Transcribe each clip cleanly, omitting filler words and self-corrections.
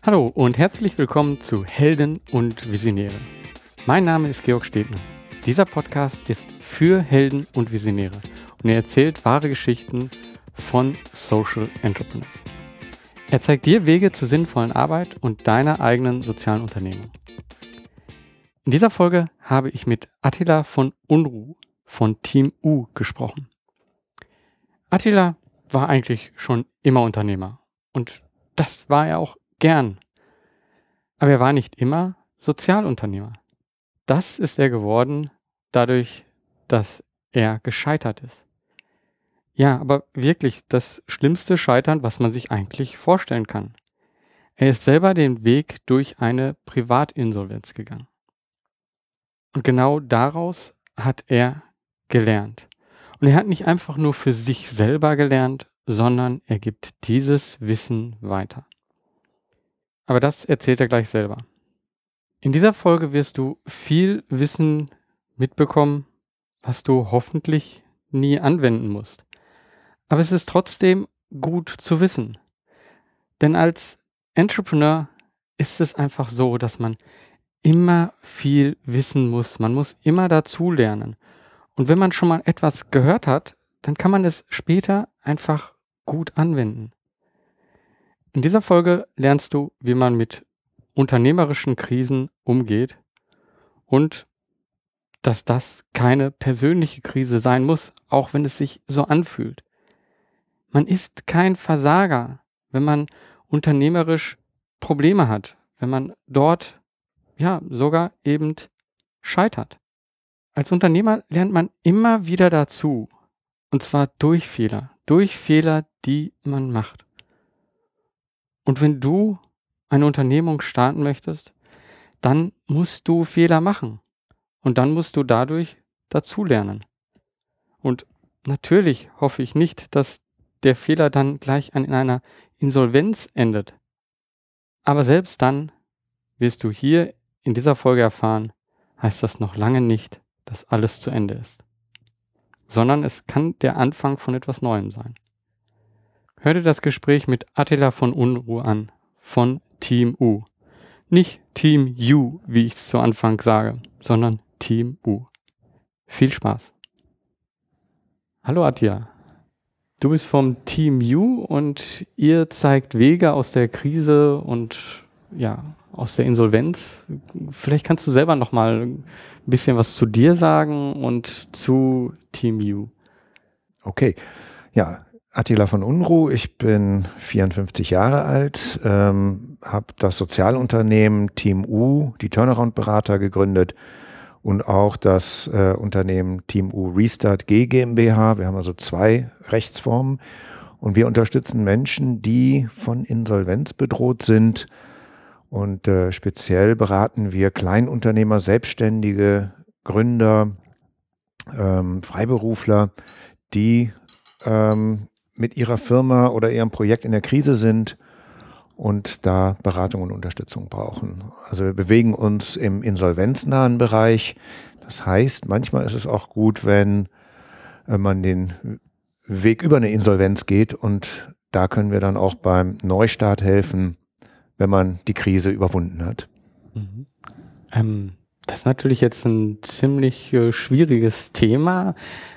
Hallo und herzlich willkommen zu Helden und Visionäre. Mein Name ist Georg Stebner. Dieser Podcast ist für Helden und Visionäre und er erzählt wahre Geschichten von Social Entrepreneurs. Er zeigt dir Wege zur sinnvollen Arbeit und deiner eigenen sozialen Unternehmung. In dieser Folge habe ich mit Attila von Unruh von Team U gesprochen. Attila war eigentlich schon immer Unternehmer und das war er auch gern. Aber er war nicht immer Sozialunternehmer. Das ist er geworden dadurch, dass er gescheitert ist. Ja, aber wirklich das schlimmste Scheitern, was man sich eigentlich vorstellen kann. Er ist selber den Weg durch eine Privatinsolvenz gegangen. Und genau daraus hat er gelernt. Und er hat nicht einfach nur für sich selber gelernt, sondern er gibt dieses Wissen weiter. Aber das erzählt er gleich selber. In dieser Folge wirst du viel Wissen mitbekommen, was du hoffentlich nie anwenden musst. Aber es ist trotzdem gut zu wissen. Denn als Entrepreneur ist es einfach so, dass man immer viel wissen muss. Man muss immer dazulernen. Und wenn man schon mal etwas gehört hat, dann kann man es später einfach gut anwenden. In dieser Folge lernst du, wie man mit unternehmerischen Krisen umgeht und dass das keine persönliche Krise sein muss, auch wenn es sich so anfühlt. Man ist kein Versager, wenn man unternehmerisch Probleme hat, wenn man dort ja sogar eben scheitert. Als Unternehmer lernt man immer wieder dazu, und zwar durch Fehler, die man macht. Und wenn du eine Unternehmung starten möchtest, dann musst du Fehler machen. Und dann musst du dadurch dazulernen. Und natürlich hoffe ich nicht, dass der Fehler dann gleich in einer Insolvenz endet. Aber selbst dann wirst du hier in dieser Folge erfahren, heißt das noch lange nicht, dass alles zu Ende ist. Sondern es kann der Anfang von etwas Neuem sein. Hör dir das Gespräch mit Attila von Unruh an, von Team U. Nicht Team U, wie ich es zu Anfang sage, sondern Team U. Viel Spaß. Hallo Attila, du bist vom Team U und ihr zeigt Wege aus der Krise und ja, aus der Insolvenz. Vielleicht kannst du selber noch mal ein bisschen was zu dir sagen und zu Team U. Okay, ja, Attila von Unruh, ich bin 54 Jahre alt, habe das Sozialunternehmen Team U, die Turnaround-Berater gegründet und auch das Unternehmen Team U Restart G GmbH. Wir haben also zwei Rechtsformen und wir unterstützen Menschen, die von Insolvenz bedroht sind und speziell beraten wir Kleinunternehmer, Selbstständige, Gründer, Freiberufler, die mit ihrer Firma oder ihrem Projekt in der Krise sind und da Beratung und Unterstützung brauchen. Also wir bewegen uns im insolvenznahen Bereich. Das heißt, manchmal ist es auch gut, wenn man den Weg über eine Insolvenz geht und da können wir dann auch beim Neustart helfen, wenn man die Krise überwunden hat. Das ist natürlich jetzt ein ziemlich schwieriges Thema.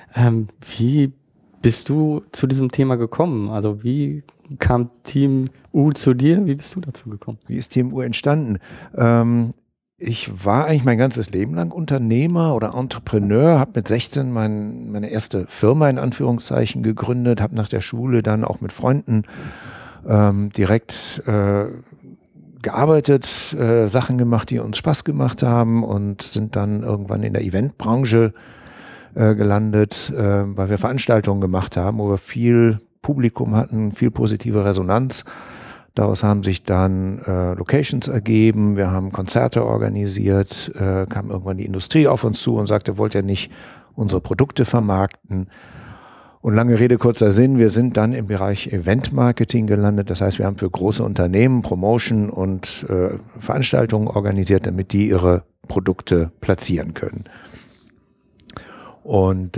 Wie bist du zu diesem Thema gekommen? Also wie kam Team U zu dir? Wie bist du dazu gekommen? Wie ist Team U entstanden? Ich war eigentlich mein ganzes Leben lang Unternehmer oder Entrepreneur, habe mit 16 meine erste Firma in Anführungszeichen gegründet, habe nach der Schule dann auch mit Freunden direkt gearbeitet, Sachen gemacht, die uns Spaß gemacht haben und sind dann irgendwann in der Eventbranche gelandet, weil wir Veranstaltungen gemacht haben, wo wir viel Publikum hatten, viel positive Resonanz. Daraus haben sich dann Locations ergeben, wir haben Konzerte organisiert, kam irgendwann die Industrie auf uns zu und sagte, wollt ihr nicht unsere Produkte vermarkten? Und lange Rede, kurzer Sinn, wir sind dann im Bereich Event-Marketing gelandet. Das heißt, wir haben für große Unternehmen Promotion und Veranstaltungen organisiert, damit die ihre Produkte platzieren können. Und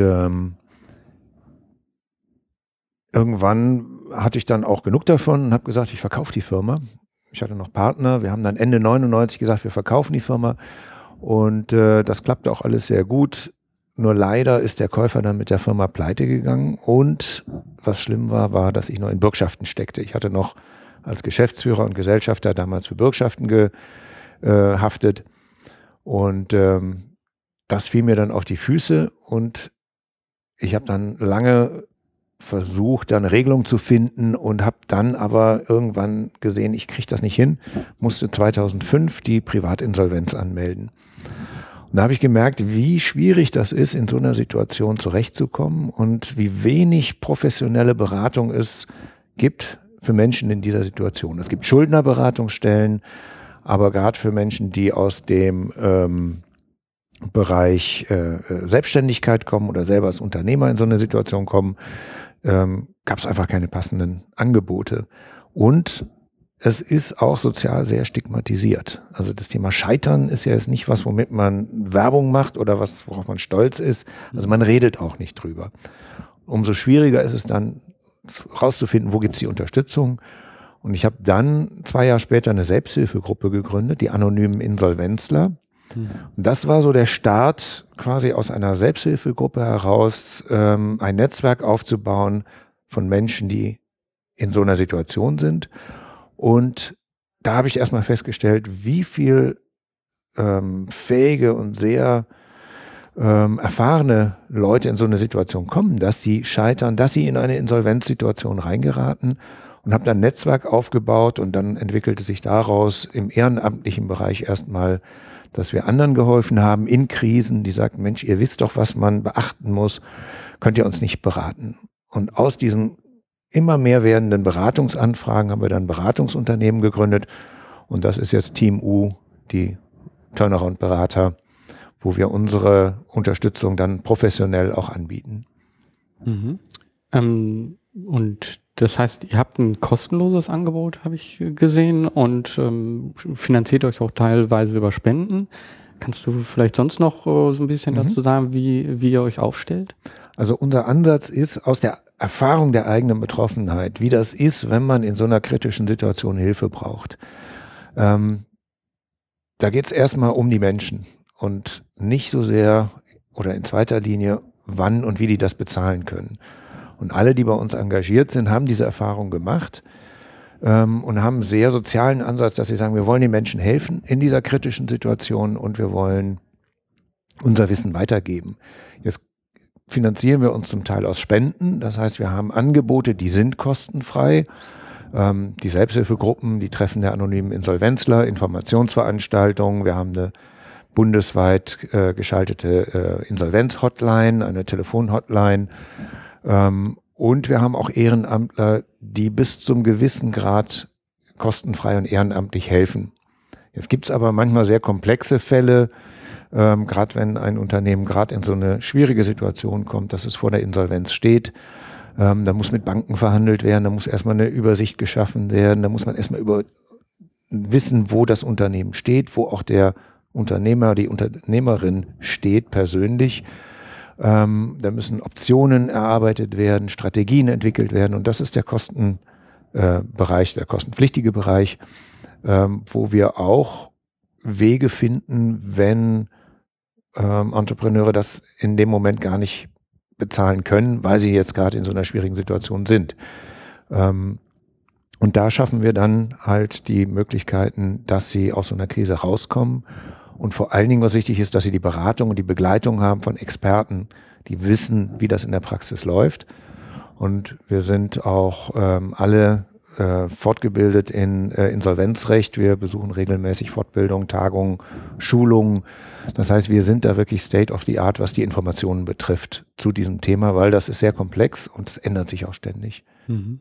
irgendwann hatte ich dann auch genug davon und habe gesagt, ich verkaufe die Firma. Ich hatte noch Partner. Wir haben dann Ende 99 gesagt, wir verkaufen die Firma. Und das klappte auch alles sehr gut. Nur leider ist der Käufer dann mit der Firma pleite gegangen. Und was schlimm war, dass ich noch in Bürgschaften steckte. Ich hatte noch als Geschäftsführer und Gesellschafter damals für Bürgschaften gehaftet. Und das fiel mir dann auf die Füße. Und ich habe dann lange versucht, da eine Regelung zu finden und habe dann aber irgendwann gesehen, ich kriege das nicht hin, musste 2005 die Privatinsolvenz anmelden. Und da habe ich gemerkt, wie schwierig das ist, in so einer Situation zurechtzukommen und wie wenig professionelle Beratung es gibt für Menschen in dieser Situation. Es gibt Schuldnerberatungsstellen, aber gerade für Menschen, die aus dem Bereich Selbstständigkeit kommen oder selber als Unternehmer in so eine Situation kommen, gab es einfach keine passenden Angebote. Und es ist auch sozial sehr stigmatisiert. Also das Thema Scheitern ist ja jetzt nicht was, womit man Werbung macht oder was, worauf man stolz ist. Also man redet auch nicht drüber. Umso schwieriger ist es dann rauszufinden, wo gibt es die Unterstützung. Und ich habe dann 2 Jahre später eine Selbsthilfegruppe gegründet, die Anonymen Insolvenzler. Und das war so der Start, quasi aus einer Selbsthilfegruppe heraus ein Netzwerk aufzubauen von Menschen, die in so einer Situation sind. Und da habe ich erstmal festgestellt, wie viel fähige und sehr erfahrene Leute in so eine Situation kommen, dass sie scheitern, dass sie in eine Insolvenzsituation reingeraten, und habe dann ein Netzwerk aufgebaut und dann entwickelte sich daraus im ehrenamtlichen Bereich erstmal, dass wir anderen geholfen haben in Krisen, die sagten, Mensch, ihr wisst doch, was man beachten muss, könnt ihr uns nicht beraten? Und aus diesen immer mehr werdenden Beratungsanfragen haben wir dann Beratungsunternehmen gegründet, und das ist jetzt Team U, die Turnaround-Berater, wo wir unsere Unterstützung dann professionell auch anbieten. Mhm. Und das heißt, ihr habt ein kostenloses Angebot, habe ich gesehen, und finanziert euch auch teilweise über Spenden. Kannst du vielleicht sonst noch so ein bisschen dazu sagen, wie ihr euch aufstellt? Also unser Ansatz ist aus der Erfahrung der eigenen Betroffenheit, wie das ist, wenn man in so einer kritischen Situation Hilfe braucht. Da geht es erstmal um die Menschen und nicht so sehr oder in zweiter Linie, wann und wie die das bezahlen können. Und alle, die bei uns engagiert sind, haben diese Erfahrung gemacht und haben einen sehr sozialen Ansatz, dass sie sagen, wir wollen den Menschen helfen in dieser kritischen Situation und wir wollen unser Wissen weitergeben. Jetzt finanzieren wir uns zum Teil aus Spenden. Das heißt, wir haben Angebote, die sind kostenfrei. Die Selbsthilfegruppen, die Treffen der anonymen Insolvenzler, Informationsveranstaltungen. Wir haben eine bundesweit geschaltete Insolvenz-Hotline, eine Telefon-Hotline. Und wir haben auch Ehrenamtler, die bis zum gewissen Grad kostenfrei und ehrenamtlich helfen. Jetzt gibt es aber manchmal sehr komplexe Fälle, gerade wenn ein Unternehmen gerade in so eine schwierige Situation kommt, dass es vor der Insolvenz steht. Da muss mit Banken verhandelt werden, da muss erstmal eine Übersicht geschaffen werden, da muss man erstmal wissen, wo das Unternehmen steht, wo auch der Unternehmer, die Unternehmerin steht persönlich. Da müssen Optionen erarbeitet werden, Strategien entwickelt werden, und das ist der Kostenbereich, der kostenpflichtige Bereich, wo wir auch Wege finden, wenn Entrepreneure das in dem Moment gar nicht bezahlen können, weil sie jetzt gerade in so einer schwierigen Situation sind. Und da schaffen wir dann halt die Möglichkeiten, dass sie aus so einer Krise rauskommen. Und vor allen Dingen, was wichtig ist, dass sie die Beratung und die Begleitung haben von Experten, die wissen, wie das in der Praxis läuft. Und wir sind auch alle fortgebildet in Insolvenzrecht. Wir besuchen regelmäßig Fortbildungen, Tagungen, Schulungen. Das heißt, wir sind da wirklich State of the Art, was die Informationen betrifft zu diesem Thema, weil das ist sehr komplex und es ändert sich auch ständig. Mhm.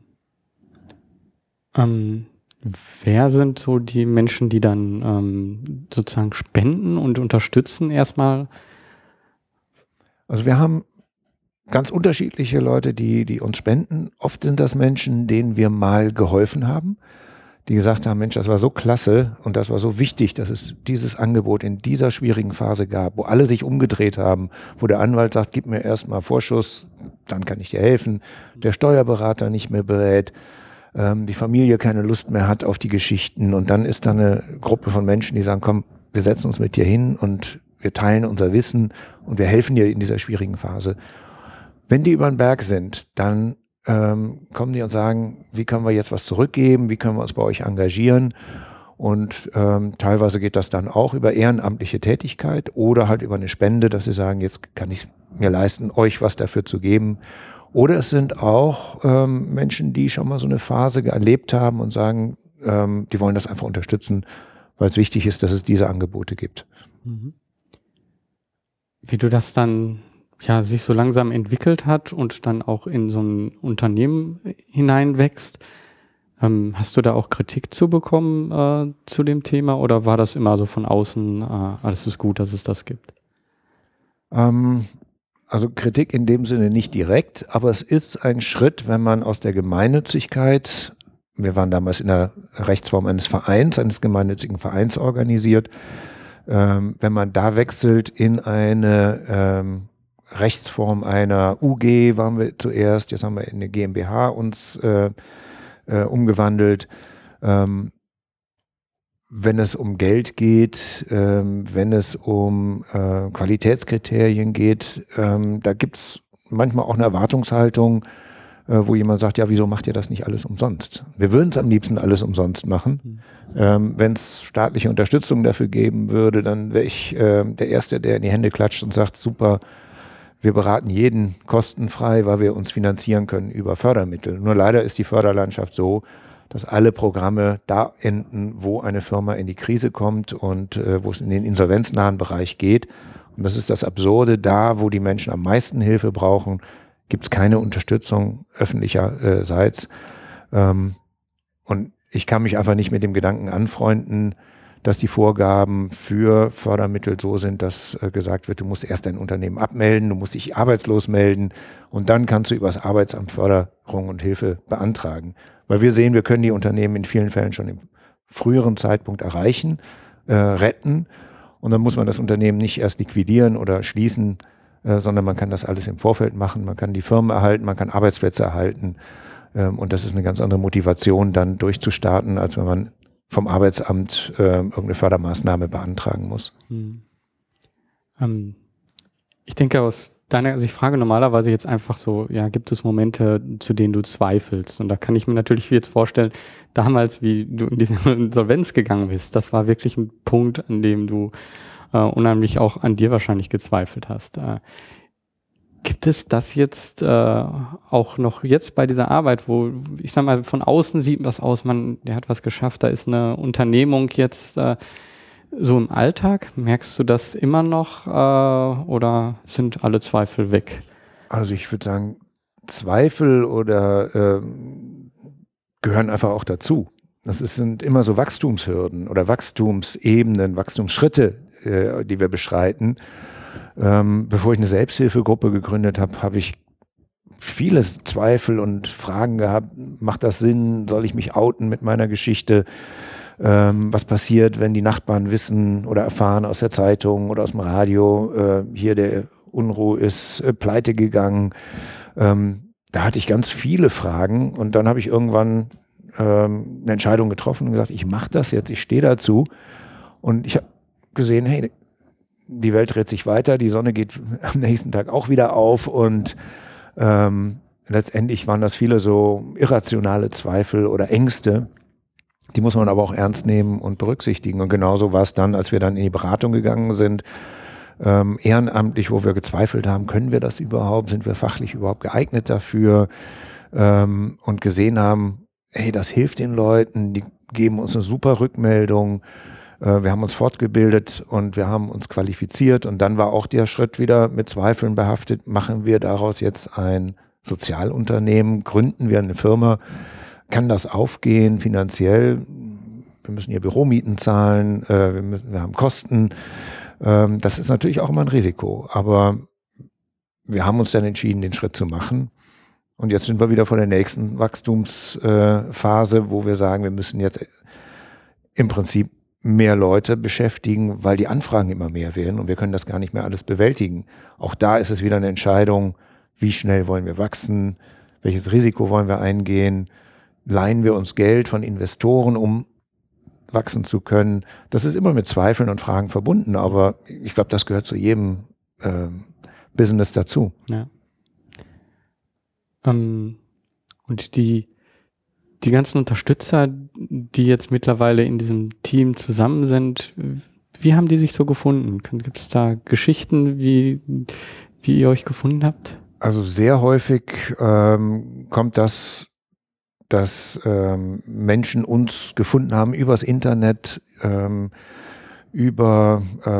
Wer sind so die Menschen, die dann sozusagen spenden und unterstützen erstmal? Also wir haben ganz unterschiedliche Leute, die uns spenden. Oft sind das Menschen, denen wir mal geholfen haben, die gesagt haben, Mensch, das war so klasse und das war so wichtig, dass es dieses Angebot in dieser schwierigen Phase gab, wo alle sich umgedreht haben, wo der Anwalt sagt, gib mir erstmal Vorschuss, dann kann ich dir helfen, der Steuerberater nicht mehr berät. die Familie keine Lust mehr hat auf die Geschichten und dann ist da eine Gruppe von Menschen, die sagen, komm, wir setzen uns mit dir hin und wir teilen unser Wissen und wir helfen dir in dieser schwierigen Phase. Wenn die über den Berg sind, dann kommen die und sagen, wie können wir jetzt was zurückgeben, wie können wir uns bei euch engagieren und teilweise geht das dann auch über ehrenamtliche Tätigkeit oder halt über eine Spende, dass sie sagen, jetzt kann ich es mir leisten, euch was dafür zu geben. Oder es sind auch Menschen, die schon mal so eine Phase erlebt haben und sagen, die wollen das einfach unterstützen, weil es wichtig ist, dass es diese Angebote gibt. Mhm. Wie du das dann sich so langsam entwickelt hat und dann auch in so ein Unternehmen hineinwächst, hast du da auch Kritik zu bekommen zu dem Thema oder war das immer so von außen, alles ist gut, dass es das gibt? Also Kritik in dem Sinne nicht direkt, aber es ist ein Schritt, wenn man aus der Gemeinnützigkeit, wir waren damals in der Rechtsform eines Vereins, eines gemeinnützigen Vereins organisiert, wenn man da wechselt in eine Rechtsform einer UG, waren wir zuerst, jetzt haben wir in eine GmbH uns umgewandelt. Wenn es um Geld geht, wenn es um Qualitätskriterien geht, da gibt es manchmal auch eine Erwartungshaltung, wo jemand sagt, ja, wieso macht ihr das nicht alles umsonst? Wir würden es am liebsten alles umsonst machen. Wenn es staatliche Unterstützung dafür geben würde, dann wäre ich der Erste, der in die Hände klatscht und sagt, super, wir beraten jeden kostenfrei, weil wir uns finanzieren können über Fördermittel. Nur leider ist die Förderlandschaft so, dass alle Programme da enden, wo eine Firma in die Krise kommt und wo es in den insolvenznahen Bereich geht. Und das ist das Absurde, da wo die Menschen am meisten Hilfe brauchen, gibt es keine Unterstützung öffentlicherseits. Und ich kann mich einfach nicht mit dem Gedanken anfreunden, dass die Vorgaben für Fördermittel so sind, dass gesagt wird, du musst erst dein Unternehmen abmelden, du musst dich arbeitslos melden und dann kannst du über das Arbeitsamt Förderung und Hilfe beantragen. Weil wir sehen, wir können die Unternehmen in vielen Fällen schon im früheren Zeitpunkt erreichen, retten und dann muss man das Unternehmen nicht erst liquidieren oder schließen, sondern man kann das alles im Vorfeld machen, man kann die Firmen erhalten, man kann Arbeitsplätze erhalten und das ist eine ganz andere Motivation, dann durchzustarten, als wenn man vom Arbeitsamt irgendeine Fördermaßnahme beantragen muss. Ich denke ich frage normalerweise jetzt einfach so, gibt es Momente, zu denen du zweifelst? Und da kann ich mir natürlich jetzt vorstellen, damals, wie du in diese Insolvenz gegangen bist, das war wirklich ein Punkt, an dem du unheimlich auch an dir wahrscheinlich gezweifelt hast. Gibt es das jetzt auch noch jetzt bei dieser Arbeit, wo ich sag mal, von außen sieht das aus, der hat was geschafft, da ist eine Unternehmung jetzt so im Alltag? Merkst du das immer noch oder sind alle Zweifel weg? Also ich würde sagen, Zweifel oder gehören einfach auch dazu. Sind immer so Wachstumshürden oder Wachstumsebenen, Wachstumsschritte, die wir beschreiten. Bevor ich eine Selbsthilfegruppe gegründet habe, habe ich viele Zweifel und Fragen gehabt. Macht das Sinn? Soll ich mich outen mit meiner Geschichte? Was passiert, wenn die Nachbarn wissen oder erfahren aus der Zeitung oder aus dem Radio, hier der Unruh ist pleite gegangen. Da hatte ich ganz viele Fragen und dann habe ich irgendwann eine Entscheidung getroffen und gesagt, ich mache das jetzt, ich stehe dazu. Und ich habe gesehen, hey, die Welt dreht sich weiter, die Sonne geht am nächsten Tag auch wieder auf und letztendlich waren das viele so irrationale Zweifel oder Ängste, die muss man aber auch ernst nehmen und berücksichtigen. Und genauso war es dann, als wir dann in die Beratung gegangen sind, ehrenamtlich, wo wir gezweifelt haben, können wir das überhaupt, sind wir fachlich überhaupt geeignet dafür und gesehen haben, hey, das hilft den Leuten, die geben uns eine super Rückmeldung. Wir haben uns fortgebildet und wir haben uns qualifiziert und dann war auch der Schritt wieder mit Zweifeln behaftet. Machen wir daraus jetzt ein Sozialunternehmen? Gründen wir eine Firma? Kann das aufgehen finanziell? Wir müssen hier Büromieten zahlen, wir haben Kosten. Das ist natürlich auch immer ein Risiko, aber wir haben uns dann entschieden, den Schritt zu machen. Und jetzt sind wir wieder vor der nächsten Wachstumsphase, wo wir sagen, wir müssen jetzt im Prinzip mehr Leute beschäftigen, weil die Anfragen immer mehr werden und wir können das gar nicht mehr alles bewältigen. Auch da ist es wieder eine Entscheidung, wie schnell wollen wir wachsen, welches Risiko wollen wir eingehen, leihen wir uns Geld von Investoren, um wachsen zu können. Das ist immer mit Zweifeln und Fragen verbunden, aber ich glaube, das gehört zu jedem Business dazu. Ja. Und die ganzen Unterstützer, die jetzt mittlerweile in diesem Team zusammen sind, wie haben die sich so gefunden? Gibt es da Geschichten, wie ihr euch gefunden habt? Also sehr häufig kommt das, dass Menschen uns gefunden haben übers Internet, über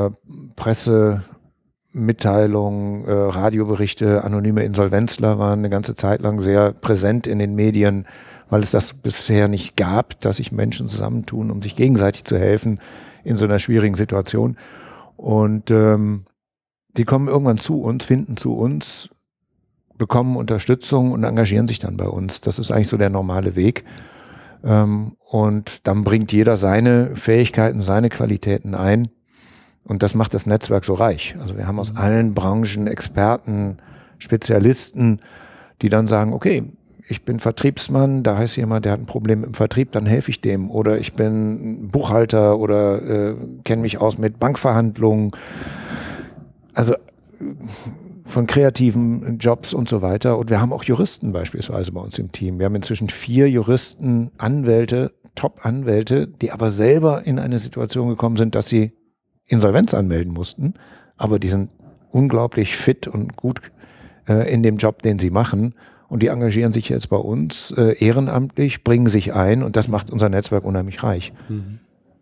Pressemitteilungen, Radioberichte. Anonyme Insolvenzler waren eine ganze Zeit lang sehr präsent in den Medien, weil es das bisher nicht gab, dass sich Menschen zusammentun, um sich gegenseitig zu helfen in so einer schwierigen Situation. Und die kommen irgendwann zu uns, finden zu uns, bekommen Unterstützung und engagieren sich dann bei uns. Das ist eigentlich so der normale Weg. Und dann bringt jeder seine Fähigkeiten, seine Qualitäten ein. Und das macht das Netzwerk so reich. Also wir haben aus allen Branchen Experten, Spezialisten, die dann sagen, okay, ich bin Vertriebsmann, da heißt jemand, der hat ein Problem im Vertrieb, dann helfe ich dem. Oder ich bin Buchhalter oder kenne mich aus mit Bankverhandlungen. Also von kreativen Jobs und so weiter. Und wir haben auch Juristen beispielsweise bei uns im Team. Wir haben inzwischen 4 Juristen, Anwälte, Top-Anwälte, die aber selber in eine Situation gekommen sind, dass sie Insolvenz anmelden mussten. Aber die sind unglaublich fit und gut in dem Job, den sie machen. Und die engagieren sich jetzt bei uns ehrenamtlich, bringen sich ein und das macht unser Netzwerk unheimlich reich. Mhm.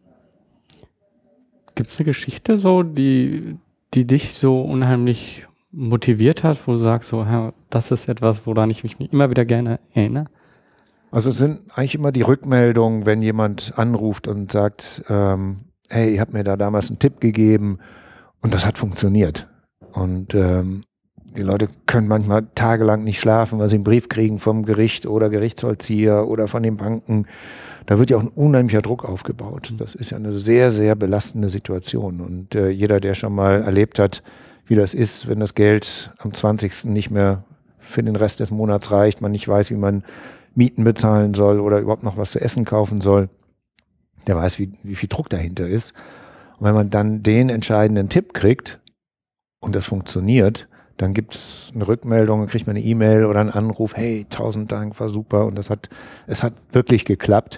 Gibt es eine Geschichte so, die dich so unheimlich motiviert hat, wo du sagst, so, ja, das ist etwas, woran ich mich immer wieder gerne erinnere? Also es sind eigentlich immer die Rückmeldungen, wenn jemand anruft und sagt, hey, ihr habt mir da damals einen Tipp gegeben und das hat funktioniert. Und die Leute können manchmal tagelang nicht schlafen, weil sie einen Brief kriegen vom Gericht oder Gerichtsvollzieher oder von den Banken. Da wird ja auch ein unheimlicher Druck aufgebaut. Das ist ja eine sehr, sehr belastende Situation. Und jeder, der schon mal erlebt hat, wie das ist, wenn das Geld am 20. nicht mehr für den Rest des Monats reicht, man nicht weiß, wie man Mieten bezahlen soll oder überhaupt noch was zu essen kaufen soll, der weiß, wie viel Druck dahinter ist. Und wenn man dann den entscheidenden Tipp kriegt und das funktioniert, dann gibt es eine Rückmeldung, dann kriegt man eine E-Mail oder einen Anruf, hey, 1000 Dank, war super und es hat wirklich geklappt.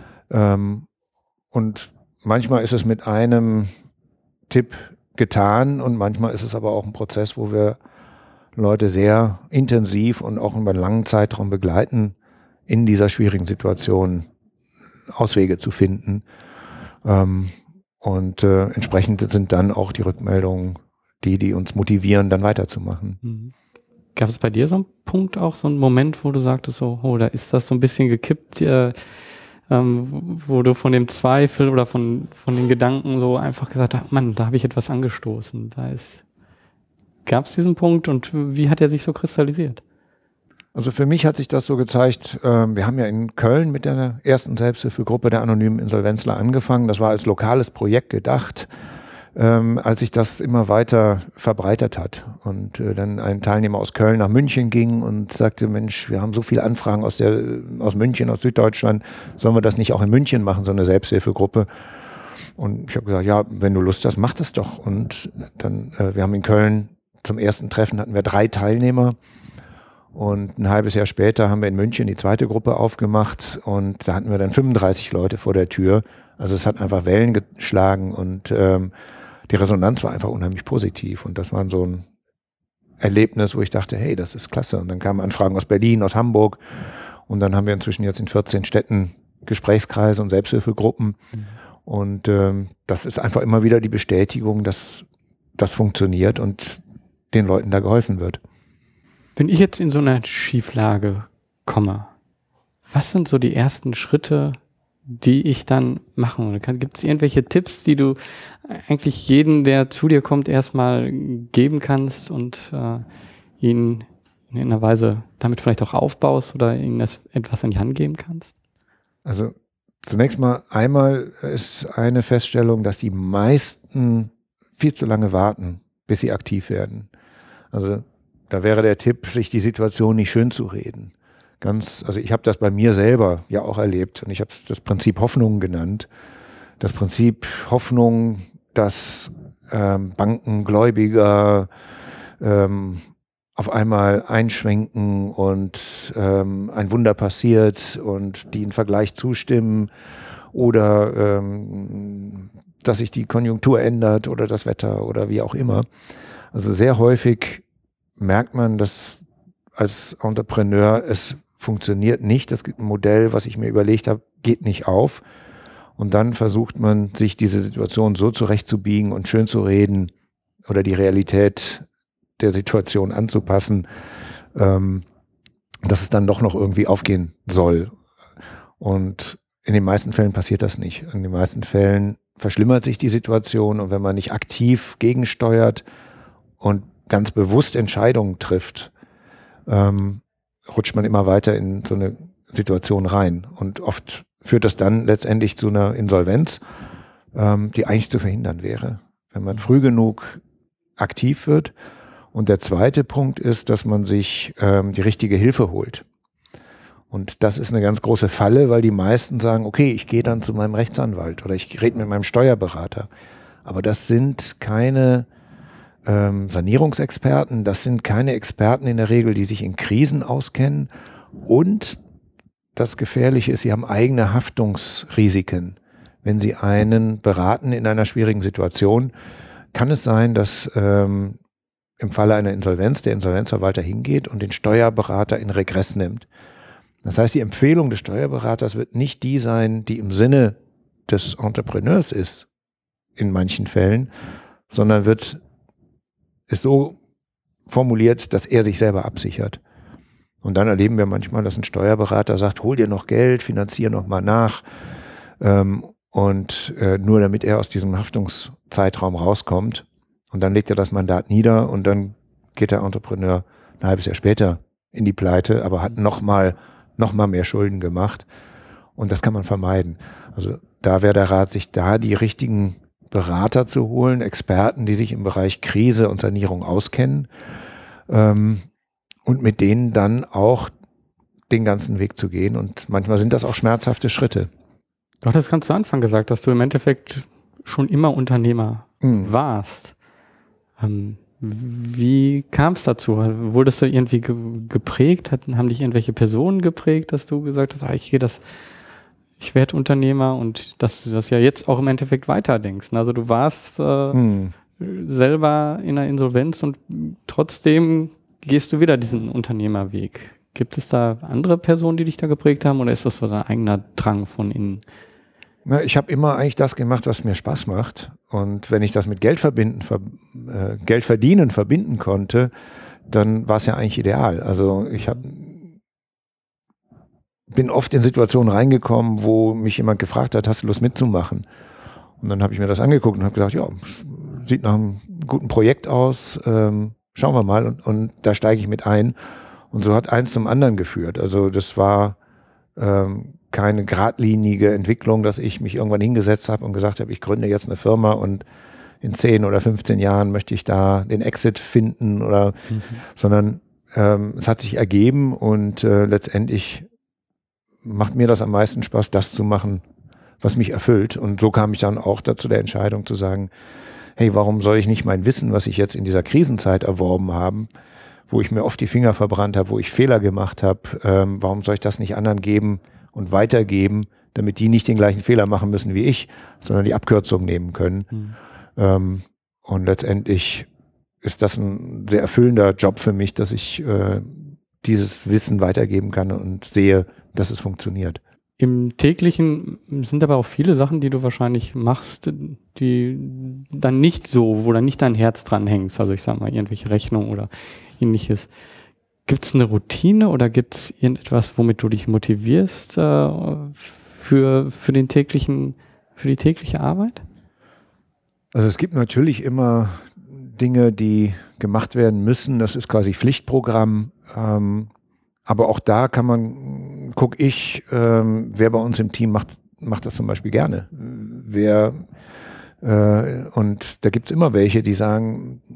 Und manchmal ist es mit einem Tipp getan und manchmal ist es aber auch ein Prozess, wo wir Leute sehr intensiv und auch über einen langen Zeitraum begleiten, in dieser schwierigen Situation Auswege zu finden. Und entsprechend sind dann auch die Rückmeldungen die uns motivieren, dann weiterzumachen. Mhm. Gab es bei dir so einen Punkt auch, so einen Moment, wo du sagtest, so, oh, da ist das so ein bisschen gekippt, wo du von dem Zweifel oder von den Gedanken so einfach gesagt hast, Mann, da habe ich etwas angestoßen. Gab es diesen Punkt und wie hat er sich so kristallisiert? Also für mich hat sich das so gezeigt, wir haben ja in Köln mit der ersten Selbsthilfegruppe der anonymen Insolvenzler angefangen. Das war als lokales Projekt gedacht, als sich das immer weiter verbreitet hat. Und dann ein Teilnehmer aus Köln nach München ging und sagte, Mensch, wir haben so viele Anfragen aus München, aus Süddeutschland, sollen wir das nicht auch in München machen, so eine Selbsthilfegruppe? Und ich habe gesagt, ja, wenn du Lust hast, mach das doch. Und dann, wir haben in Köln zum ersten Treffen hatten wir 3 Teilnehmer. Und ein halbes Jahr später haben wir in München die zweite Gruppe aufgemacht und da hatten wir dann 35 Leute vor der Tür. Also es hat einfach Wellen geschlagen und die Resonanz war einfach unheimlich positiv. Und das war so ein Erlebnis, wo ich dachte, hey, das ist klasse. Und dann kamen Anfragen aus Berlin, aus Hamburg. Und dann haben wir inzwischen jetzt in 14 Städten Gesprächskreise und Selbsthilfegruppen. Mhm. Und das ist einfach immer wieder die Bestätigung, dass das funktioniert und den Leuten da geholfen wird. Wenn ich jetzt in so eine Schieflage komme, was sind so die ersten Schritte, die ich dann machen kann? Gibt es irgendwelche Tipps, die du eigentlich jedem, der zu dir kommt, erstmal geben kannst und ihn in einer Weise damit vielleicht auch aufbaust oder ihm das etwas in die Hand geben kannst? Also zunächst mal einmal ist eine Feststellung, dass die meisten viel zu lange warten, bis sie aktiv werden. Also da wäre der Tipp, sich die Situation nicht schön zu reden. Also ich habe das bei mir selber ja auch erlebt und ich habe es das Prinzip Hoffnung genannt. Das Prinzip Hoffnung, dass Banken, Gläubiger auf einmal einschwenken und ein Wunder passiert und die einen Vergleich zustimmen oder dass sich die Konjunktur ändert oder das Wetter oder wie auch immer. Also sehr häufig merkt man, dass als Entrepreneur es funktioniert nicht. Das Modell, was ich mir überlegt habe, geht nicht auf. Und dann versucht man, sich diese Situation so zurechtzubiegen und schön zu reden oder die Realität der Situation anzupassen, dass es dann doch noch irgendwie aufgehen soll. Und in den meisten Fällen passiert das nicht. In den meisten Fällen verschlimmert sich die Situation und wenn man nicht aktiv gegensteuert und ganz bewusst Entscheidungen trifft, rutscht man immer weiter in so eine Situation rein. Und oft führt das dann letztendlich zu einer Insolvenz, die eigentlich zu verhindern wäre, wenn man früh genug aktiv wird. Und der zweite Punkt ist, dass man sich die richtige Hilfe holt. Und das ist eine ganz große Falle, weil die meisten sagen, okay, ich gehe dann zu meinem Rechtsanwalt oder ich rede mit meinem Steuerberater. Aber das sind keine Sanierungsexperten, das sind keine Experten in der Regel, die sich in Krisen auskennen. Und das Gefährliche ist, sie haben eigene Haftungsrisiken. Wenn sie einen beraten in einer schwierigen Situation, kann es sein, dass im Falle einer Insolvenz der Insolvenzverwalter hingeht und den Steuerberater in Regress nimmt. Das heißt, die Empfehlung des Steuerberaters wird nicht die sein, die im Sinne des Entrepreneurs ist, in manchen Fällen, sondern ist so formuliert, dass er sich selber absichert. Und dann erleben wir manchmal, dass ein Steuerberater sagt, hol dir noch Geld, finanzier noch mal nach und nur damit er aus diesem Haftungszeitraum rauskommt. Und dann legt er das Mandat nieder und dann geht der Entrepreneur ein halbes Jahr später in die Pleite, aber hat noch mal mehr Schulden gemacht. Und das kann man vermeiden. Also da wäre der Rat, sich da die richtigen Berater zu holen, Experten, die sich im Bereich Krise und Sanierung auskennen und mit denen dann auch den ganzen Weg zu gehen. Und manchmal sind das auch schmerzhafte Schritte. Du hattest ganz zu Anfang gesagt, dass du im Endeffekt schon immer Unternehmer warst. Wie kam es dazu? Wurdest du irgendwie geprägt? Haben dich irgendwelche Personen geprägt, dass du gesagt hast, ich werde Unternehmer und dass du das ja jetzt auch im Endeffekt weiterdenkst. Also du warst selber in einer Insolvenz und trotzdem gehst du wieder diesen Unternehmerweg. Gibt es da andere Personen, die dich da geprägt haben oder ist das so dein eigener Drang von innen? Na, ich habe immer eigentlich das gemacht, was mir Spaß macht. Und wenn ich das mit Geld verdienen verbinden konnte, dann war es ja eigentlich ideal. Also bin oft in Situationen reingekommen, wo mich jemand gefragt hat, hast du Lust mitzumachen? Und dann habe ich mir das angeguckt und habe gesagt, ja, sieht nach einem guten Projekt aus, schauen wir mal und da steige ich mit ein. Und so hat eins zum anderen geführt. Also das war keine geradlinige Entwicklung, dass ich mich irgendwann hingesetzt habe und gesagt habe, ich gründe jetzt eine Firma und in 10 oder 15 Jahren möchte ich da den Exit finden sondern es hat sich ergeben und letztendlich macht mir das am meisten Spaß, das zu machen, was mich erfüllt. Und so kam ich dann auch dazu der Entscheidung zu sagen, hey, warum soll ich nicht mein Wissen, was ich jetzt in dieser Krisenzeit erworben habe, wo ich mir oft die Finger verbrannt habe, wo ich Fehler gemacht habe, warum soll ich das nicht anderen geben und weitergeben, damit die nicht den gleichen Fehler machen müssen wie ich, sondern die Abkürzung nehmen können. Und letztendlich ist das ein sehr erfüllender Job für mich, dass ich dieses Wissen weitergeben kann und sehe, dass es funktioniert. Im Täglichen sind aber auch viele Sachen, die du wahrscheinlich machst, die dann nicht so, wo dann nicht dein Herz dran hängt. Also ich sag mal, irgendwelche Rechnungen oder ähnliches. Gibt es eine Routine oder gibt es irgendetwas, womit du dich motivierst für die tägliche Arbeit? Also es gibt natürlich immer Dinge, die gemacht werden müssen. Das ist quasi Pflichtprogramm. Aber auch da gucke ich, wer bei uns im Team macht das zum Beispiel gerne. Und da gibt es immer welche, die sagen,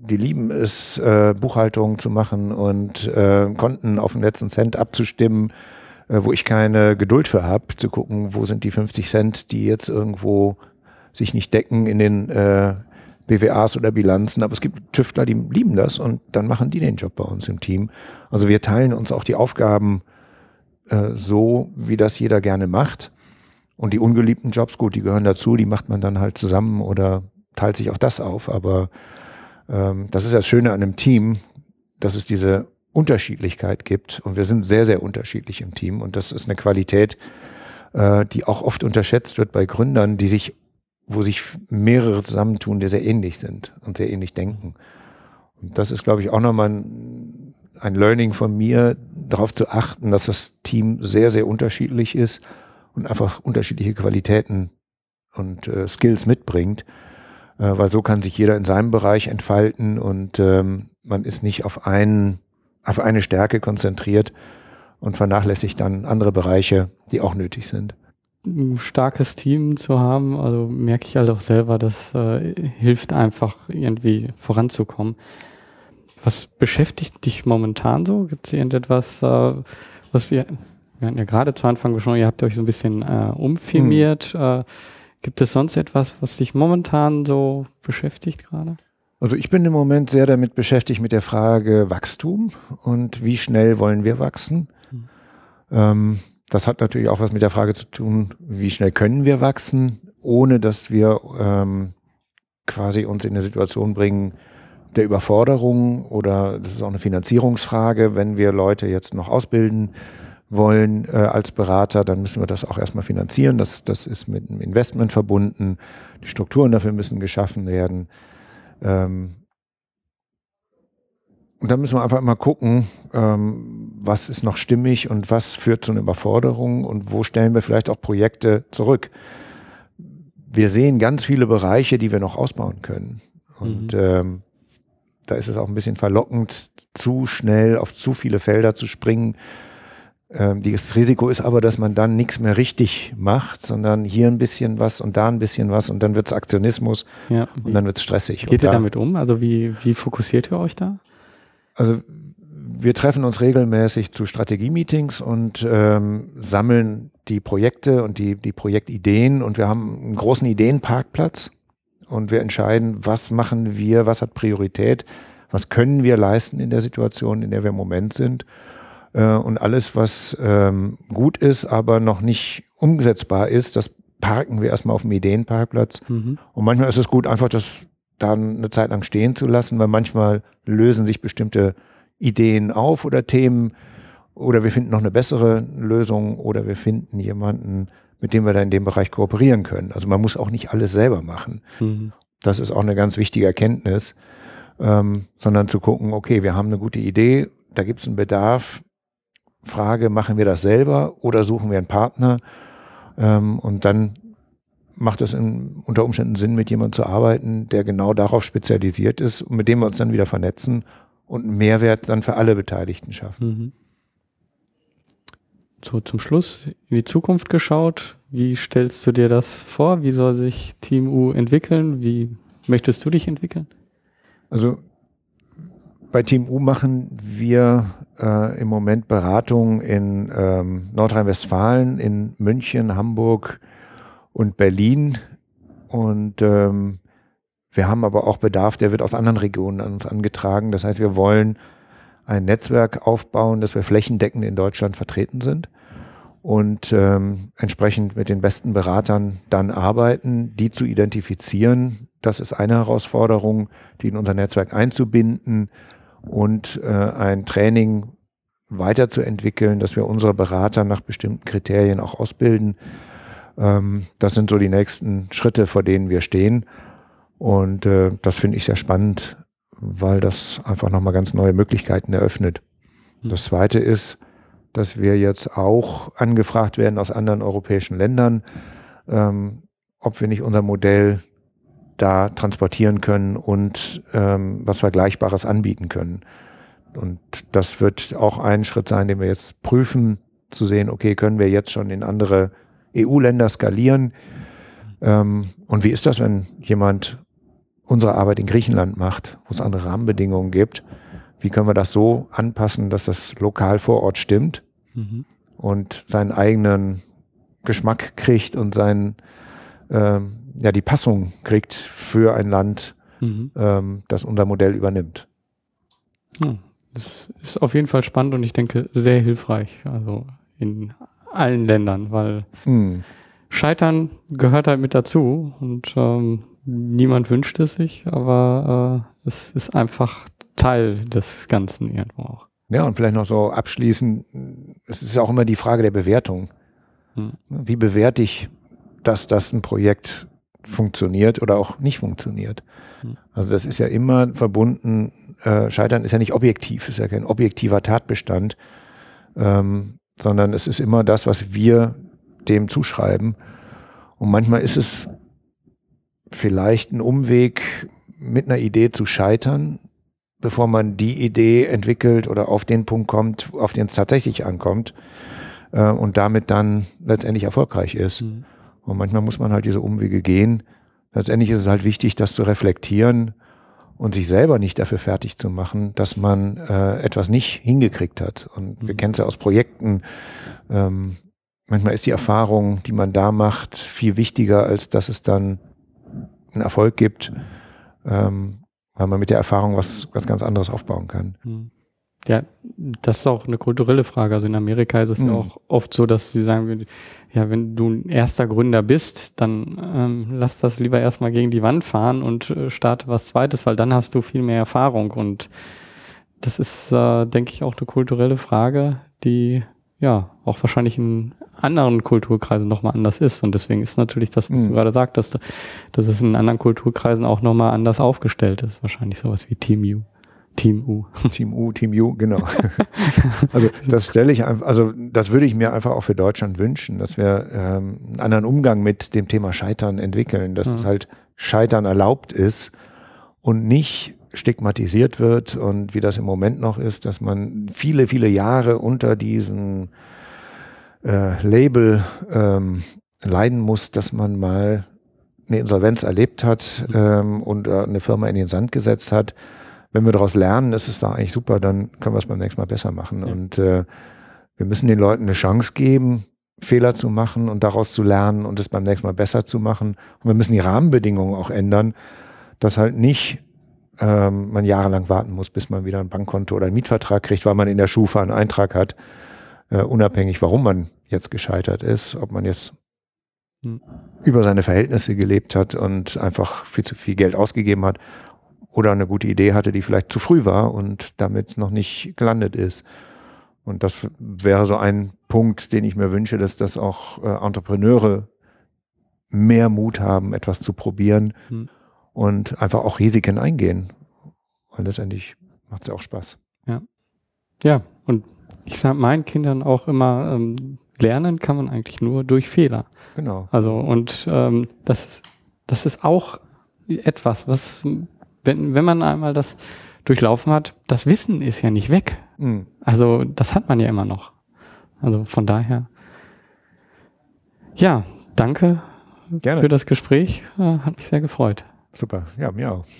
die lieben es, Buchhaltung zu machen und Konten auf den letzten Cent abzustimmen, wo ich keine Geduld für habe, zu gucken, wo sind die 50 Cent, die jetzt irgendwo sich nicht decken in den BWAs oder Bilanzen. Aber es gibt Tüftler, die lieben das und dann machen die den Job bei uns im Team. Also wir teilen uns auch die Aufgaben so, wie das jeder gerne macht. Und die ungeliebten Jobs, gut, die gehören dazu, die macht man dann halt zusammen oder teilt sich auch das auf. Aber das ist das Schöne an einem Team, dass es diese Unterschiedlichkeit gibt. Und wir sind sehr, sehr unterschiedlich im Team. Und das ist eine Qualität, die auch oft unterschätzt wird bei Gründern, wo sich mehrere zusammentun, die sehr ähnlich sind und sehr ähnlich denken. Und das ist, glaube ich, auch nochmal ein Learning von mir, darauf zu achten, dass das Team sehr, sehr unterschiedlich ist und einfach unterschiedliche Qualitäten und Skills mitbringt, weil so kann sich jeder in seinem Bereich entfalten und man ist nicht auf eine Stärke konzentriert und vernachlässigt dann andere Bereiche, die auch nötig sind. Ein starkes Team zu haben, also merke ich also auch selber, das hilft einfach irgendwie voranzukommen. Was beschäftigt dich momentan so? Gibt es irgendetwas, was wir hatten ja gerade zu Anfang gesprochen, ihr habt euch so ein bisschen umfirmiert. Gibt es sonst etwas, was dich momentan so beschäftigt gerade? Also ich bin im Moment sehr damit beschäftigt mit der Frage Wachstum und wie schnell wollen wir wachsen. Das hat natürlich auch was mit der Frage zu tun, wie schnell können wir wachsen, ohne dass wir quasi uns in eine Situation bringen der Überforderung, oder das ist auch eine Finanzierungsfrage. Wenn wir Leute jetzt noch ausbilden wollen als Berater, dann müssen wir das auch erstmal finanzieren. Das ist mit einem Investment verbunden. Die Strukturen dafür müssen geschaffen werden. Und da müssen wir einfach immer gucken, was ist noch stimmig und was führt zu einer Überforderung und wo stellen wir vielleicht auch Projekte zurück. Wir sehen ganz viele Bereiche, die wir noch ausbauen können. Und da ist es auch ein bisschen verlockend, zu schnell auf zu viele Felder zu springen. Das Risiko ist aber, dass man dann nichts mehr richtig macht, sondern hier ein bisschen was und da ein bisschen was und dann wird es Aktionismus und dann wird es stressig. Geht ihr damit um? Also wie fokussiert ihr euch da? Also wir treffen uns regelmäßig zu Strategie-Meetings und sammeln die Projekte und die Projektideen, und wir haben einen großen Ideenparkplatz und wir entscheiden, was machen wir, was hat Priorität, was können wir leisten in der Situation, in der wir im Moment sind. Und alles, was gut ist, aber noch nicht umsetzbar ist, das parken wir erstmal auf dem Ideenparkplatz. Und manchmal ist es gut, einfach das dann eine Zeit lang stehen zu lassen, weil manchmal lösen sich bestimmte Ideen auf oder Themen, oder wir finden noch eine bessere Lösung, oder wir finden jemanden, mit dem wir da in dem Bereich kooperieren können. Also man muss auch nicht alles selber machen. Das ist auch eine ganz wichtige Erkenntnis, sondern zu gucken, okay, wir haben eine gute Idee, da gibt es einen Bedarf. Frage, machen wir das selber oder suchen wir einen Partner? Und dann macht es unter Umständen Sinn, mit jemandem zu arbeiten, der genau darauf spezialisiert ist und mit dem wir uns dann wieder vernetzen und einen Mehrwert dann für alle Beteiligten schaffen. So, zum Schluss in die Zukunft geschaut. Wie stellst du dir das vor? Wie soll sich Team U entwickeln? Wie möchtest du dich entwickeln? Also bei Team U machen wir im Moment Beratungen in Nordrhein-Westfalen, in München, Hamburg und Berlin. Und wir haben aber auch Bedarf, der wird aus anderen Regionen an uns angetragen. Das heißt, wir wollen ein Netzwerk aufbauen, dass wir flächendeckend in Deutschland vertreten sind und entsprechend mit den besten Beratern dann arbeiten, die zu identifizieren. Das ist eine Herausforderung, die in unser Netzwerk einzubinden und ein Training weiterzuentwickeln, dass wir unsere Berater nach bestimmten Kriterien auch ausbilden. Das sind so die nächsten Schritte, vor denen wir stehen. Und das finde ich sehr spannend, weil das einfach nochmal ganz neue Möglichkeiten eröffnet. Das Zweite ist, dass wir jetzt auch angefragt werden aus anderen europäischen Ländern, ob wir nicht unser Modell da transportieren können und was Vergleichbares anbieten können. Und das wird auch ein Schritt sein, den wir jetzt prüfen, zu sehen, okay, können wir jetzt schon in andere EU-Länder skalieren? Und wie ist das, wenn jemand unsere Arbeit in Griechenland macht, wo es andere Rahmenbedingungen gibt. Wie können wir das so anpassen, dass das lokal vor Ort stimmt und seinen eigenen Geschmack kriegt und die Passung kriegt für ein Land, das unser Modell übernimmt. Ja, das ist auf jeden Fall spannend und ich denke sehr hilfreich, also in allen Ländern, weil Scheitern gehört halt mit dazu und niemand wünscht es sich, aber es ist einfach Teil des Ganzen irgendwo auch. Ja, und vielleicht noch so abschließend, es ist ja auch immer die Frage der Bewertung. Wie bewerte ich, dass das ein Projekt funktioniert oder auch nicht funktioniert? Also das ist ja immer verbunden, Scheitern ist ja nicht objektiv, ist ja kein objektiver Tatbestand, sondern es ist immer das, was wir dem zuschreiben. Und manchmal ist es vielleicht ein Umweg, mit einer Idee zu scheitern, bevor man die Idee entwickelt oder auf den Punkt kommt, auf den es tatsächlich ankommt und damit dann letztendlich erfolgreich ist. Und manchmal muss man halt diese Umwege gehen. Letztendlich ist es halt wichtig, das zu reflektieren und sich selber nicht dafür fertig zu machen, dass man etwas nicht hingekriegt hat. Und wir kennen es ja aus Projekten. Manchmal ist die Erfahrung, die man da macht, viel wichtiger, als dass es dann einen Erfolg gibt, weil man mit der Erfahrung was ganz anderes aufbauen kann. Ja, das ist auch eine kulturelle Frage. Also in Amerika ist es ja auch oft so, dass sie sagen, ja, wenn du ein erster Gründer bist, dann lass das lieber erstmal gegen die Wand fahren und starte was Zweites, weil dann hast du viel mehr Erfahrung. Und das ist, denke ich, auch eine kulturelle Frage, die ja auch wahrscheinlich in anderen Kulturkreisen nochmal anders ist. Und deswegen ist natürlich das, was du gerade sagtest, dass es in anderen Kulturkreisen auch nochmal anders aufgestellt ist. Wahrscheinlich sowas wie Team U. Team U, genau. Also das das würde ich mir einfach auch für Deutschland wünschen, dass wir einen anderen Umgang mit dem Thema Scheitern entwickeln, dass es halt Scheitern erlaubt ist und nicht stigmatisiert wird und wie das im Moment noch ist, dass man viele, viele Jahre unter diesen Label leiden muss, dass man mal eine Insolvenz erlebt hat und eine Firma in den Sand gesetzt hat. Wenn wir daraus lernen, ist es da eigentlich super, dann können wir es beim nächsten Mal besser machen. Ja. Und wir müssen den Leuten eine Chance geben, Fehler zu machen und daraus zu lernen und es beim nächsten Mal besser zu machen. Und wir müssen die Rahmenbedingungen auch ändern, dass halt nicht man jahrelang warten muss, bis man wieder ein Bankkonto oder einen Mietvertrag kriegt, weil man in der Schufa einen Eintrag hat, unabhängig, warum man jetzt gescheitert ist, ob man jetzt über seine Verhältnisse gelebt hat und einfach viel zu viel Geld ausgegeben hat oder eine gute Idee hatte, die vielleicht zu früh war und damit noch nicht gelandet ist. Und das wäre so ein Punkt, den ich mir wünsche, dass das auch Entrepreneure mehr Mut haben, etwas zu probieren und einfach auch Risiken eingehen. Und letztendlich macht es ja auch Spaß. Ja, und ich sage meinen Kindern auch immer, lernen kann man eigentlich nur durch Fehler. Genau. Also und das ist auch etwas, was wenn man einmal das durchlaufen hat, das Wissen ist ja nicht weg. Also das hat man ja immer noch. Also von daher, ja, danke Gerne. für das Gespräch. Hat mich sehr gefreut. Super, ja, mir auch.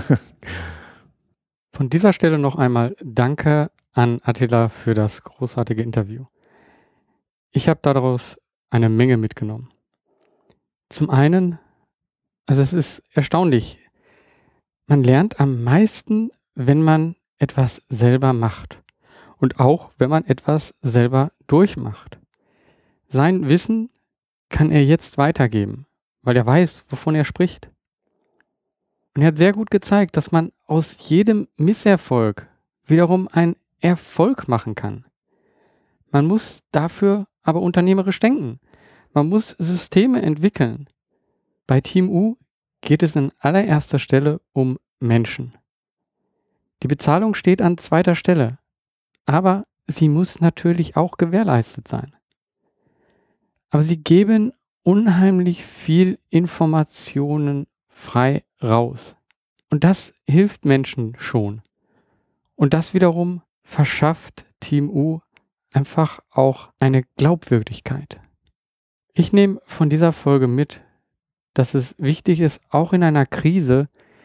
Von dieser Stelle noch einmal danke an Attila für das großartige Interview. Ich habe daraus eine Menge mitgenommen. Zum einen, also es ist erstaunlich, man lernt am meisten, wenn man etwas selber macht und auch, wenn man etwas selber durchmacht. Sein Wissen kann er jetzt weitergeben, weil er weiß, wovon er spricht. Und er hat sehr gut gezeigt, dass man aus jedem Misserfolg wiederum einen Erfolg machen kann. Man muss dafür aber unternehmerisch denken. Man muss Systeme entwickeln. Bei Team U geht es an allererster Stelle um Menschen. Die Bezahlung steht an zweiter Stelle, aber sie muss natürlich auch gewährleistet sein. Aber sie geben unheimlich viel Informationen frei raus. Und das hilft Menschen schon. Und das wiederum verschafft Team U einfach auch eine Glaubwürdigkeit. Ich nehme von dieser Folge mit, dass es wichtig ist, auch in einer Krise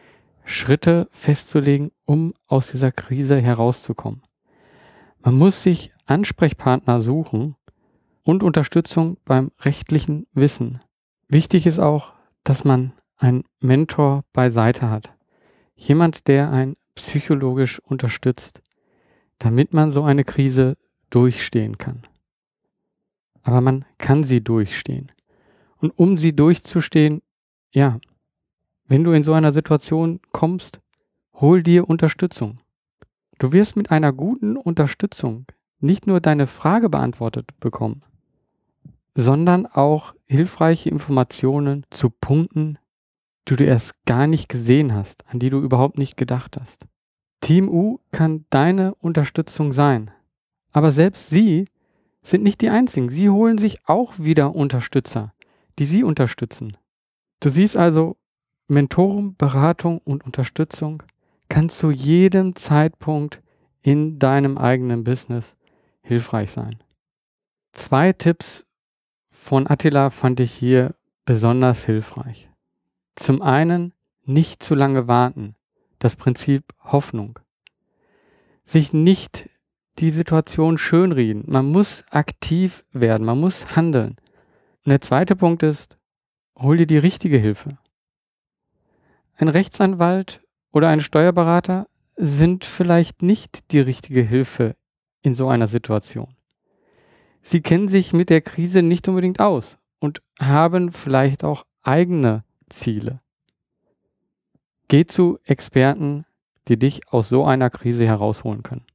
Schritte festzulegen, um aus dieser Krise herauszukommen. Man muss sich Ansprechpartner suchen und Unterstützung beim rechtlichen Wissen. Wichtig ist auch, dass man einen Mentor beiseite hat. Jemand, der einen psychologisch unterstützt, damit man so eine Krise durchstehen kann. Aber man kann sie durchstehen. Und um sie durchzustehen, ja, wenn du in so einer Situation kommst, hol dir Unterstützung. Du wirst mit einer guten Unterstützung nicht nur deine Frage beantwortet bekommen, sondern auch hilfreiche Informationen zu Punkten, die du erst gar nicht gesehen hast, an die du überhaupt nicht gedacht hast. Team U kann deine Unterstützung sein, aber selbst sie sind nicht die einzigen. Sie holen sich auch wieder Unterstützer, die sie unterstützen. Du siehst also, Mentoren, Beratung und Unterstützung kann zu jedem Zeitpunkt in deinem eigenen Business hilfreich sein. 2 Tipps von Attila fand ich hier besonders hilfreich. Zum einen, nicht zu lange warten. Das Prinzip Hoffnung. Sich nicht die Situation schönreden. Man muss aktiv werden, man muss handeln. Und der zweite Punkt ist, hol dir die richtige Hilfe. Ein Rechtsanwalt oder ein Steuerberater sind vielleicht nicht die richtige Hilfe in so einer Situation. Sie kennen sich mit der Krise nicht unbedingt aus und haben vielleicht auch eigene Ziele. Geh zu Experten, die dich aus so einer Krise herausholen können.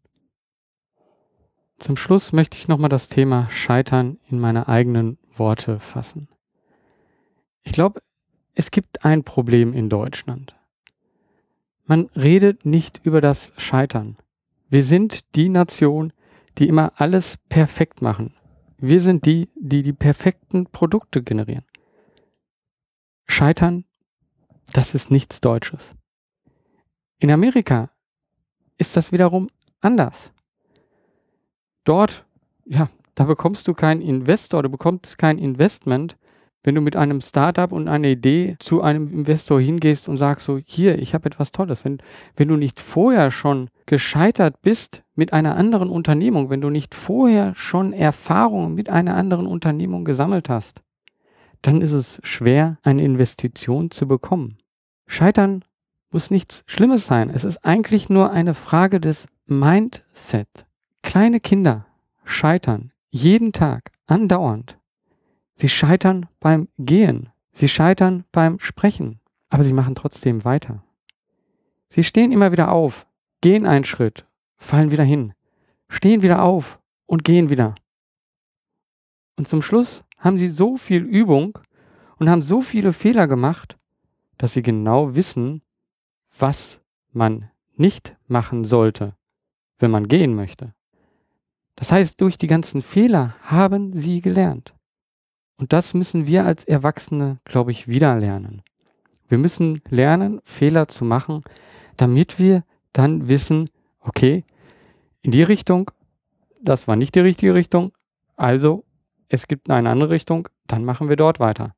Zum Schluss möchte ich nochmal das Thema Scheitern in meine eigenen Worte fassen. Ich glaube, es gibt ein Problem in Deutschland. Man redet nicht über das Scheitern. Wir sind die Nation, die immer alles perfekt machen. Wir sind die, die die perfekten Produkte generieren. Scheitern, das ist nichts Deutsches. In Amerika ist das wiederum anders. Dort, ja, da bekommst du keinen Investor, du bekommst kein Investment, wenn du mit einem Startup und einer Idee zu einem Investor hingehst und sagst so, hier, ich habe etwas Tolles. Wenn du nicht vorher schon gescheitert bist mit einer anderen Unternehmung, wenn du nicht vorher schon Erfahrungen mit einer anderen Unternehmung gesammelt hast, dann ist es schwer, eine Investition zu bekommen. Scheitern muss nichts Schlimmes sein. Es ist eigentlich nur eine Frage des Mindset. Kleine Kinder scheitern jeden Tag, andauernd. Sie scheitern beim Gehen, sie scheitern beim Sprechen, aber sie machen trotzdem weiter. Sie stehen immer wieder auf, gehen einen Schritt, fallen wieder hin, stehen wieder auf und gehen wieder. Und zum Schluss haben sie so viel Übung und haben so viele Fehler gemacht, dass sie genau wissen, was man nicht machen sollte, wenn man gehen möchte. Das heißt, durch die ganzen Fehler haben sie gelernt. Und das müssen wir als Erwachsene, glaube ich, wieder lernen. Wir müssen lernen, Fehler zu machen, damit wir dann wissen, okay, in die Richtung, das war nicht die richtige Richtung, also es gibt eine andere Richtung, dann machen wir dort weiter.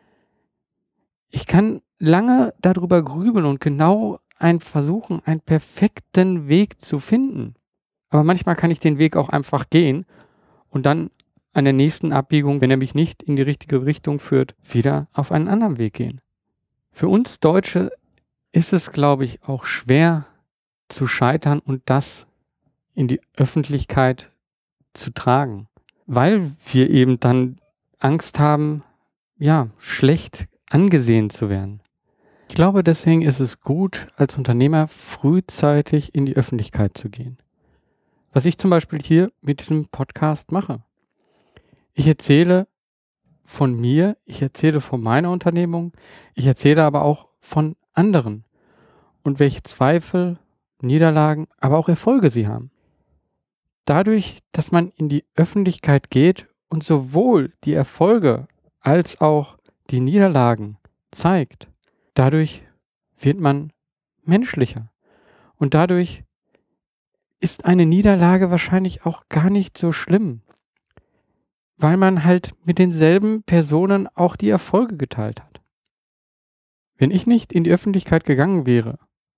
Ich kann lange darüber grübeln und genau versuchen, einen perfekten Weg zu finden. Aber manchmal kann ich den Weg auch einfach gehen und dann an der nächsten Abbiegung, wenn er mich nicht in die richtige Richtung führt, wieder auf einen anderen Weg gehen. Für uns Deutsche ist es, glaube ich, auch schwer zu scheitern und das in die Öffentlichkeit zu tragen, weil wir eben dann Angst haben, ja, schlecht angesehen zu werden. Ich glaube, deswegen ist es gut, als Unternehmer frühzeitig in die Öffentlichkeit zu gehen. Was ich zum Beispiel hier mit diesem Podcast mache. Ich erzähle von mir, ich erzähle von meiner Unternehmung, ich erzähle aber auch von anderen und welche Zweifel, Niederlagen, aber auch Erfolge sie haben. Dadurch, dass man in die Öffentlichkeit geht und sowohl die Erfolge als auch die Niederlagen zeigt, dadurch wird man menschlicher und dadurch ist eine Niederlage wahrscheinlich auch gar nicht so schlimm, weil man halt mit denselben Personen auch die Erfolge geteilt hat. Wenn ich nicht in die Öffentlichkeit gegangen wäre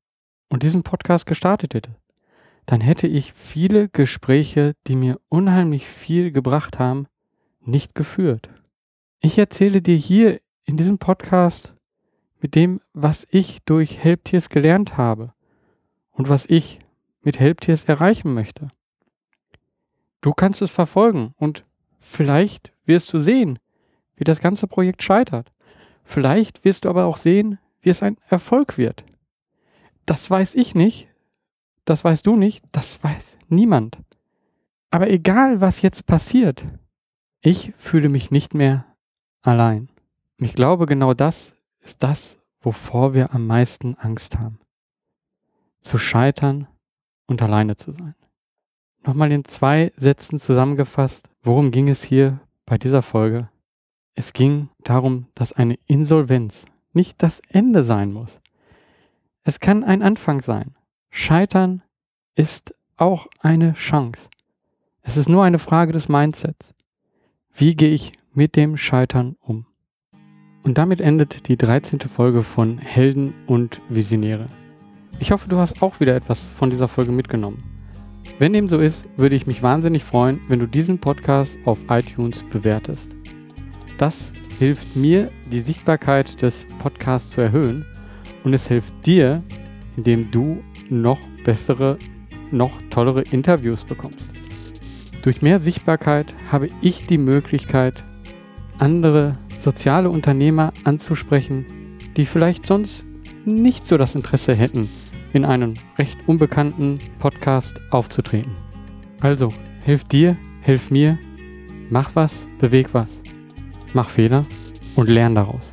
und diesen Podcast gestartet hätte, dann hätte ich viele Gespräche, die mir unheimlich viel gebracht haben, nicht geführt. Ich erzähle dir hier in diesem Podcast mit dem, was ich durch Helptiers gelernt habe und was ich mit Helptiers erreichen möchte. Du kannst es verfolgen und vielleicht wirst du sehen, wie das ganze Projekt scheitert. Vielleicht wirst du aber auch sehen, wie es ein Erfolg wird. Das weiß ich nicht, das weißt du nicht, das weiß niemand. Aber egal, was jetzt passiert, ich fühle mich nicht mehr allein. Und ich glaube, genau das ist das, wovor wir am meisten Angst haben. Zu scheitern und alleine zu sein. Nochmal in 2 Sätzen zusammengefasst, worum ging es hier bei dieser Folge? Es ging darum, dass eine Insolvenz nicht das Ende sein muss. Es kann ein Anfang sein. Scheitern ist auch eine Chance. Es ist nur eine Frage des Mindsets. Wie gehe ich mit dem Scheitern um? Und damit endet die 13. Folge von Helden und Visionäre. Ich hoffe, du hast auch wieder etwas von dieser Folge mitgenommen. Wenn dem so ist, würde ich mich wahnsinnig freuen, wenn du diesen Podcast auf iTunes bewertest. Das hilft mir, die Sichtbarkeit des Podcasts zu erhöhen und es hilft dir, indem du noch bessere, noch tollere Interviews bekommst. Durch mehr Sichtbarkeit habe ich die Möglichkeit, andere soziale Unternehmer anzusprechen, die vielleicht sonst nicht so das Interesse hätten, in einem recht unbekannten Podcast aufzutreten. Also, hilf dir, hilf mir, mach was, beweg was, mach Fehler und lern daraus.